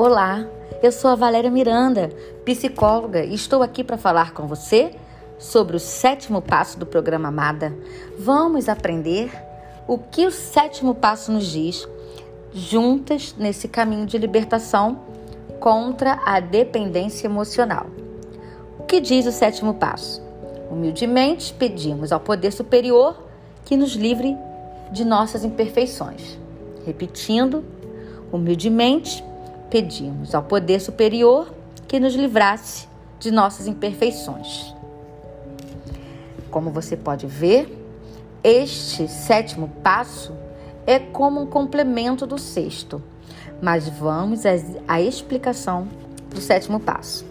Olá, eu sou a Valéria Miranda, psicóloga, e estou aqui para falar com você sobre o 7º passo do programa Amada. Vamos aprender o que o 7º passo nos diz, juntas nesse caminho de libertação contra a dependência emocional. O que diz o 7º passo? Humildemente pedimos ao poder superior que nos livre de nossas imperfeições. Repetindo, humildemente pedimos ao poder superior que nos livrasse de nossas imperfeições. Como você pode ver, este 7º passo é como um complemento do 6º, mas vamos à explicação do 7º passo.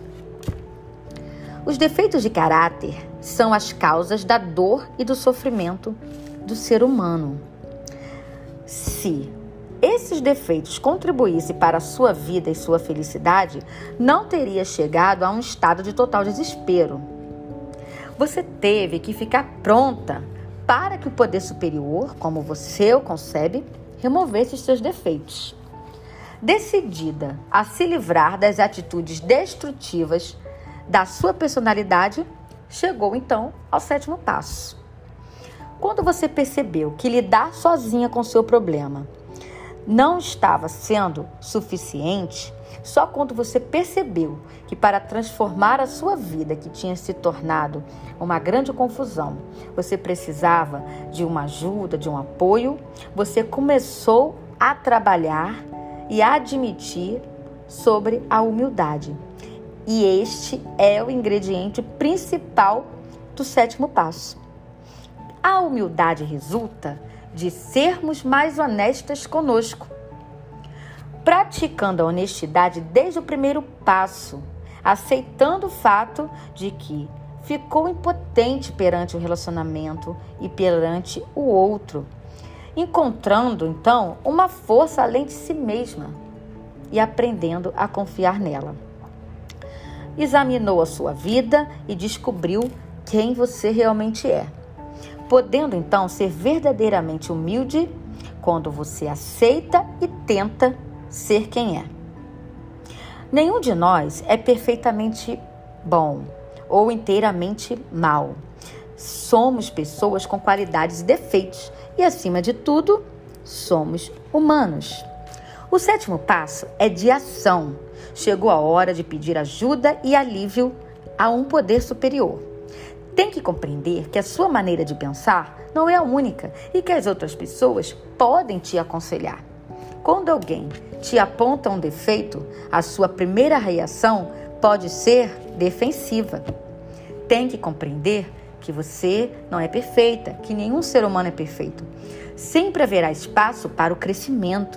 Os defeitos de caráter são as causas da dor e do sofrimento do ser humano. Se esses defeitos contribuíssem para a sua vida e sua felicidade, não teria chegado a um estado de total desespero. Você teve que ficar pronta para que o poder superior, como você o concebe, removesse os seus defeitos. Decidida a se livrar das atitudes destrutivas da sua personalidade, chegou então ao 7º passo. Quando você percebeu que lidar sozinha com seu problema não estava sendo suficiente, só quando você percebeu que para transformar a sua vida, que tinha se tornado uma grande confusão, você precisava de uma ajuda, de um apoio, você começou a trabalhar e a admitir sobre a humildade. E este é o ingrediente principal do 7º passo. A humildade resulta de sermos mais honestas conosco, praticando a honestidade desde o primeiro passo, aceitando o fato de que ficou impotente perante o relacionamento e perante o outro, encontrando então uma força além de si mesma e aprendendo a confiar nela. Examinou a sua vida e descobriu quem você realmente é, podendo então ser verdadeiramente humilde quando você aceita e tenta ser quem é. Nenhum de nós é perfeitamente bom ou inteiramente mal. Somos pessoas com qualidades e defeitos e, acima de tudo, somos humanos. O 7º passo é de ação. Chegou a hora de pedir ajuda e alívio a um poder superior. Tem que compreender que a sua maneira de pensar não é a única e que as outras pessoas podem te aconselhar. Quando alguém te aponta um defeito, a sua primeira reação pode ser defensiva. Tem que compreender que você não é perfeita, que nenhum ser humano é perfeito. Sempre haverá espaço para o crescimento.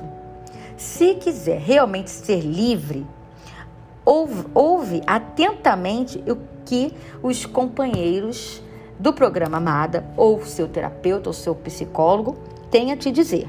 Se quiser realmente ser livre, ouve atentamente o que os companheiros do programa Amada, ou seu terapeuta, ou seu psicólogo, têm a te dizer.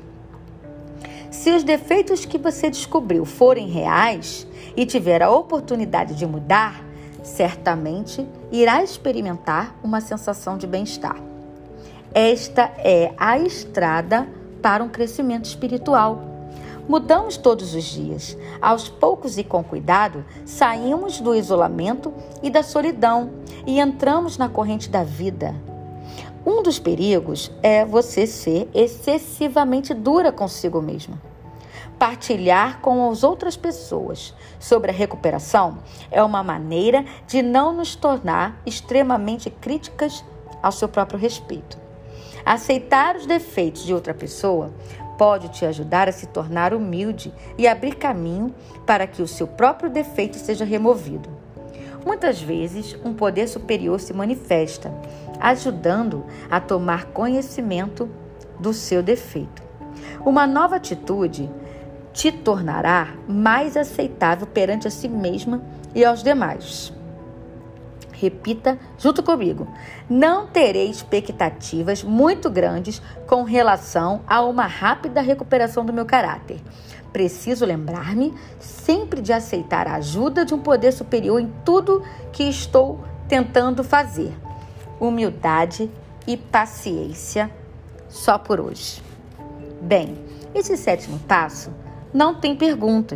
Se os defeitos que você descobriu forem reais e tiver a oportunidade de mudar, certamente irá experimentar uma sensação de bem-estar. Esta é a estrada para um crescimento espiritual. Mudamos todos os dias. Aos poucos e com cuidado, saímos do isolamento e da solidão e entramos na corrente da vida. Um dos perigos é você ser excessivamente dura consigo mesma. Partilhar com as outras pessoas sobre a recuperação é uma maneira de não nos tornar extremamente críticas ao seu próprio respeito. Aceitar os defeitos de outra pessoa pode te ajudar a se tornar humilde e abrir caminho para que o seu próprio defeito seja removido. Muitas vezes, um poder superior se manifesta, ajudando a tomar conhecimento do seu defeito. Uma nova atitude te tornará mais aceitável perante a si mesma e aos demais. Repita junto comigo. Não terei expectativas muito grandes com relação a uma rápida recuperação do meu caráter. Preciso lembrar-me sempre de aceitar a ajuda de um poder superior em tudo que estou tentando fazer. Humildade e paciência só por hoje. Bem, esse 7º passo não tem perguntas.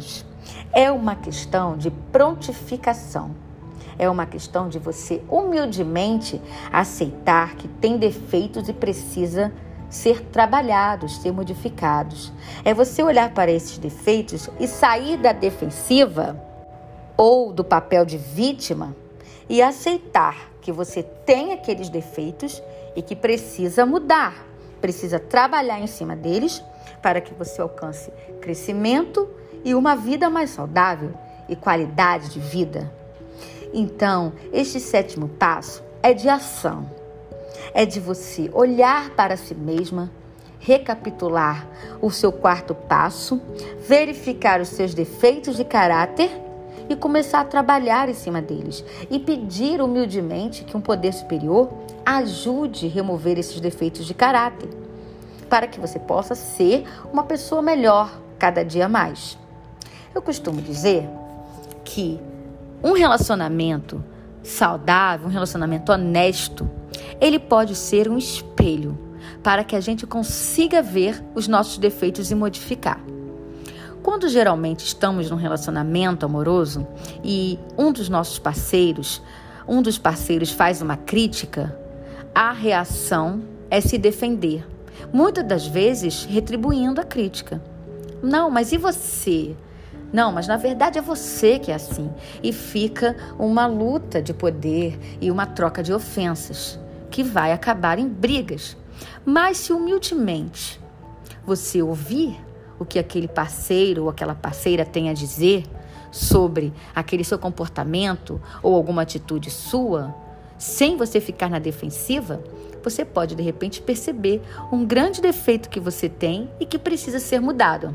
É uma questão de prontificação. É uma questão de você humildemente aceitar que tem defeitos e precisa ser trabalhados, ser modificados. É você olhar para esses defeitos e sair da defensiva ou do papel de vítima e aceitar que você tem aqueles defeitos e que precisa mudar, precisa trabalhar em cima deles para que você alcance crescimento e uma vida mais saudável e qualidade de vida. Então, este 7º passo é de ação. É de você olhar para si mesma, recapitular o seu 4º passo, verificar os seus defeitos de caráter e começar a trabalhar em cima deles. E pedir humildemente que um poder superior ajude a remover esses defeitos de caráter, para que você possa ser uma pessoa melhor cada dia mais. Eu costumo dizer que um relacionamento saudável, um relacionamento honesto, ele pode ser um espelho para que a gente consiga ver os nossos defeitos e modificar. Quando geralmente estamos num relacionamento amoroso e um dos parceiros faz uma crítica, a reação é se defender, muitas das vezes retribuindo a crítica. Não, mas e você? Não, mas na verdade é você que é assim. E fica uma luta de poder e uma troca de ofensas, que vai acabar em brigas. Mas se humildemente você ouvir o que aquele parceiro ou aquela parceira tem a dizer sobre aquele seu comportamento ou alguma atitude sua, sem você ficar na defensiva, você pode de repente perceber um grande defeito que você tem e que precisa ser mudado.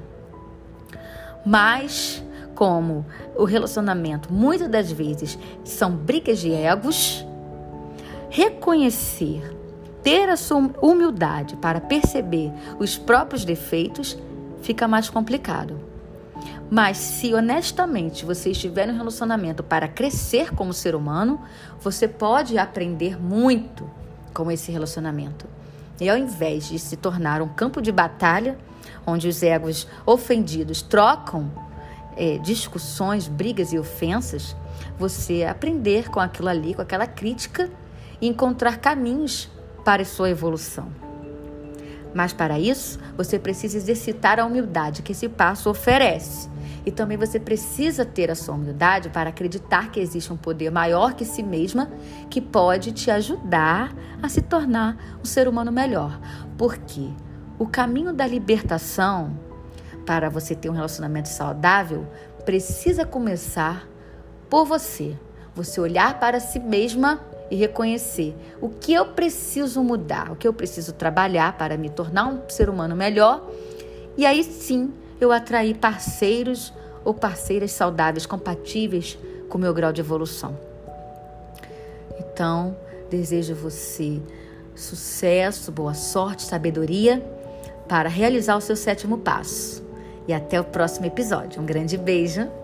Mas, como o relacionamento muitas das vezes são brigas de egos, reconhecer, ter a sua humildade para perceber os próprios defeitos fica mais complicado. Mas se honestamente você estiver no relacionamento para crescer como ser humano, você pode aprender muito com esse relacionamento. E ao invés de se tornar um campo de batalha, onde os egos ofendidos trocam discussões, brigas e ofensas, você aprender com aquilo ali, com aquela crítica e encontrar caminhos para a sua evolução. Mas para isso, você precisa exercitar a humildade que esse passo oferece. E também você precisa ter a sua humildade para acreditar que existe um poder maior que si mesma que pode te ajudar a se tornar um ser humano melhor. Porque o caminho da libertação para você ter um relacionamento saudável precisa começar por você. Você olhar para si mesma e reconhecer o que eu preciso mudar, o que eu preciso trabalhar para me tornar um ser humano melhor. E aí sim, eu atrair parceiros ou parceiras saudáveis, compatíveis com o meu grau de evolução. Então, desejo a você sucesso, boa sorte, sabedoria para realizar o seu 7º passo. E até o próximo episódio. Um grande beijo.